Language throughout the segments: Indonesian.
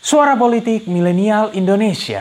Suara Politik Milenial Indonesia.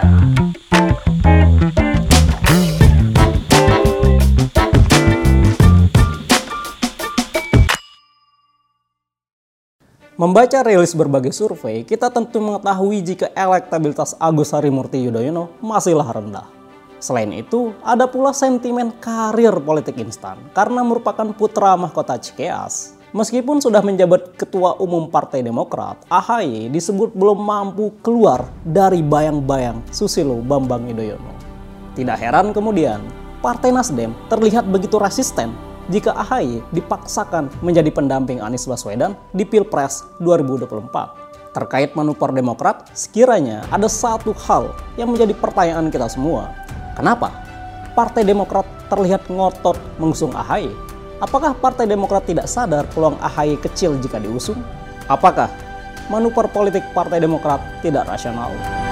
Membaca rilis berbagai survei, kita tentu mengetahui jika elektabilitas Agus Harimurti Yudhoyono masihlah rendah. Selain itu, ada pula sentimen karir politik instan karena merupakan putra mahkota Cikeas. Meskipun sudah menjabat Ketua Umum Partai Demokrat, AHY disebut belum mampu keluar dari bayang-bayang Susilo Bambang Yudhoyono. Tidak heran kemudian, Partai Nasdem terlihat begitu resisten jika AHY dipaksakan menjadi pendamping Anies Baswedan di Pilpres 2024. Terkait manuver Demokrat, sekiranya ada satu hal yang menjadi pertanyaan kita semua. Kenapa Partai Demokrat terlihat ngotot mengusung AHY? Apakah Partai Demokrat tidak sadar peluang AHY kecil jika diusung? Apakah manuver politik Partai Demokrat tidak rasional?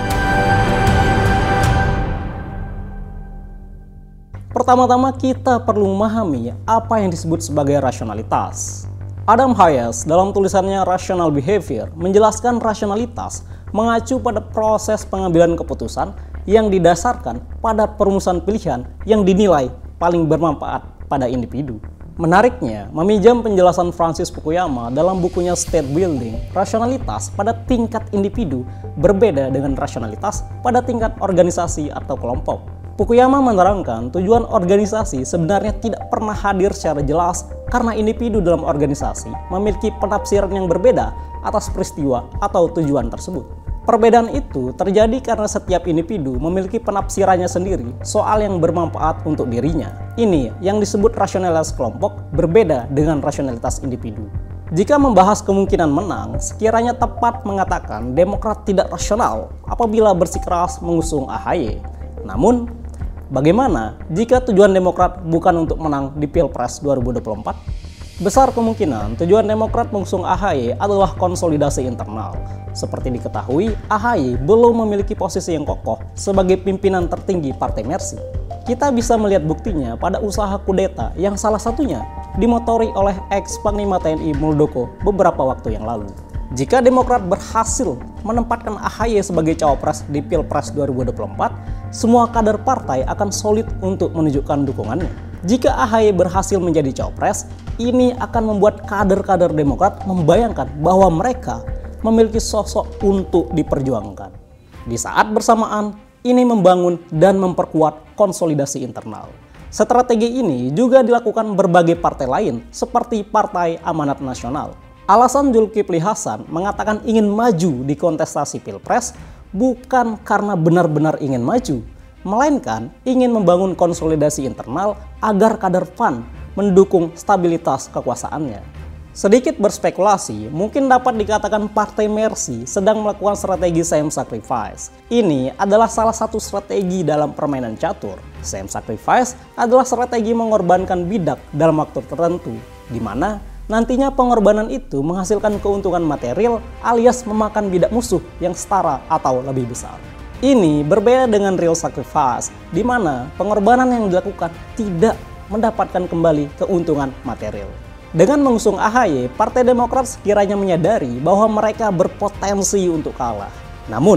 Pertama-tama kita perlu memahami apa yang disebut sebagai rasionalitas. Adam Hayes dalam tulisannya Rational Behavior menjelaskan rasionalitas mengacu pada proses pengambilan keputusan yang didasarkan pada perumusan pilihan yang dinilai paling bermanfaat pada individu. Menariknya, meminjam penjelasan Francis Fukuyama dalam bukunya State Building, rasionalitas pada tingkat individu berbeda dengan rasionalitas pada tingkat organisasi atau kelompok. Fukuyama menerangkan tujuan organisasi sebenarnya tidak pernah hadir secara jelas karena individu dalam organisasi memiliki penafsiran yang berbeda atas peristiwa atau tujuan tersebut. Perbedaan itu terjadi karena setiap individu memiliki penafsirannya sendiri soal yang bermanfaat untuk dirinya. Ini yang disebut rasionalitas kelompok berbeda dengan rasionalitas individu. Jika membahas kemungkinan menang, sekiranya tepat mengatakan Demokrat tidak rasional apabila bersikeras mengusung AHY. Namun, bagaimana jika tujuan Demokrat bukan untuk menang di Pilpres 2024? Besar kemungkinan tujuan Demokrat mengusung AHY adalah konsolidasi internal. Seperti diketahui, AHY belum memiliki posisi yang kokoh sebagai pimpinan tertinggi Partai Mercy. Kita bisa melihat buktinya pada usaha kudeta yang salah satunya dimotori oleh ex-Panglima TNI Muldoko beberapa waktu yang lalu. Jika Demokrat berhasil menempatkan AHY sebagai cawapres di Pilpres 2024, semua kader partai akan solid untuk menunjukkan dukungannya. Jika AHY berhasil menjadi cawapres, ini akan membuat kader-kader Demokrat membayangkan bahwa mereka memiliki sosok untuk diperjuangkan. Di saat bersamaan, ini membangun dan memperkuat konsolidasi internal. Strategi ini juga dilakukan berbagai partai lain seperti Partai Amanat Nasional. Alasan Zulkifli Hasan mengatakan ingin maju di kontestasi Pilpres bukan karena benar-benar ingin maju, melainkan ingin membangun konsolidasi internal agar kader PAN mendukung stabilitas kekuasaannya. Sedikit berspekulasi, mungkin dapat dikatakan Partai Mercy sedang melakukan strategi same sacrifice. Ini adalah salah satu strategi dalam permainan catur. Same sacrifice adalah strategi mengorbankan bidak dalam waktu tertentu, di mana nantinya pengorbanan itu menghasilkan keuntungan material alias memakan bidak musuh yang setara atau lebih besar. Ini berbeda dengan real sacrifice, di mana pengorbanan yang dilakukan tidak mendapatkan kembali keuntungan material. Dengan mengusung AHY, Partai Demokrat sekiranya menyadari bahwa mereka berpotensi untuk kalah. Namun,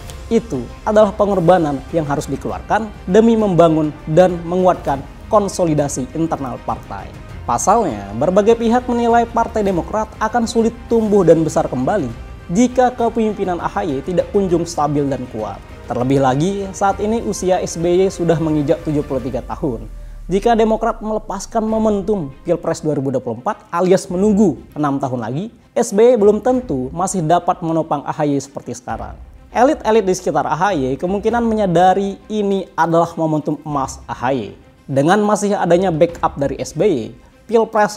itu adalah pengorbanan yang harus dikeluarkan demi membangun dan menguatkan konsolidasi internal partai. Pasalnya, berbagai pihak menilai Partai Demokrat akan sulit tumbuh dan besar kembali jika kepemimpinan AHY tidak kunjung stabil dan kuat. Terlebih lagi, saat ini usia SBY sudah menginjak 73 tahun. Jika Demokrat melepaskan momentum Pilpres 2024 alias menunggu 6 tahun lagi, SBY belum tentu masih dapat menopang AHY seperti sekarang. Elit-elit di sekitar AHY kemungkinan menyadari ini adalah momentum emas AHY. Dengan masih adanya backup dari SBY, Pilpres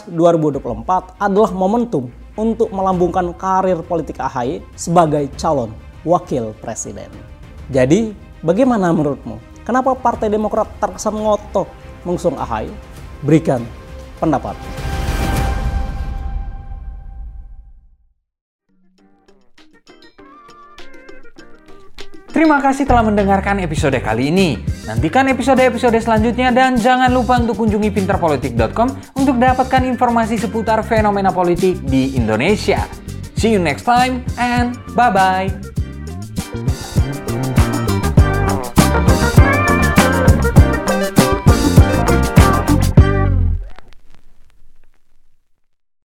2024 adalah momentum untuk melambungkan karir politik AHY sebagai calon wakil presiden. Jadi, bagaimana menurutmu? Kenapa Partai Demokrat terkesan ngotot mengusung AHY? Berikan pendapat. Terima kasih telah mendengarkan episode kali ini. Nantikan episode-episode selanjutnya dan jangan lupa untuk kunjungi pinterpolitik.com untuk dapatkan informasi seputar fenomena politik di Indonesia. See you next time and bye-bye.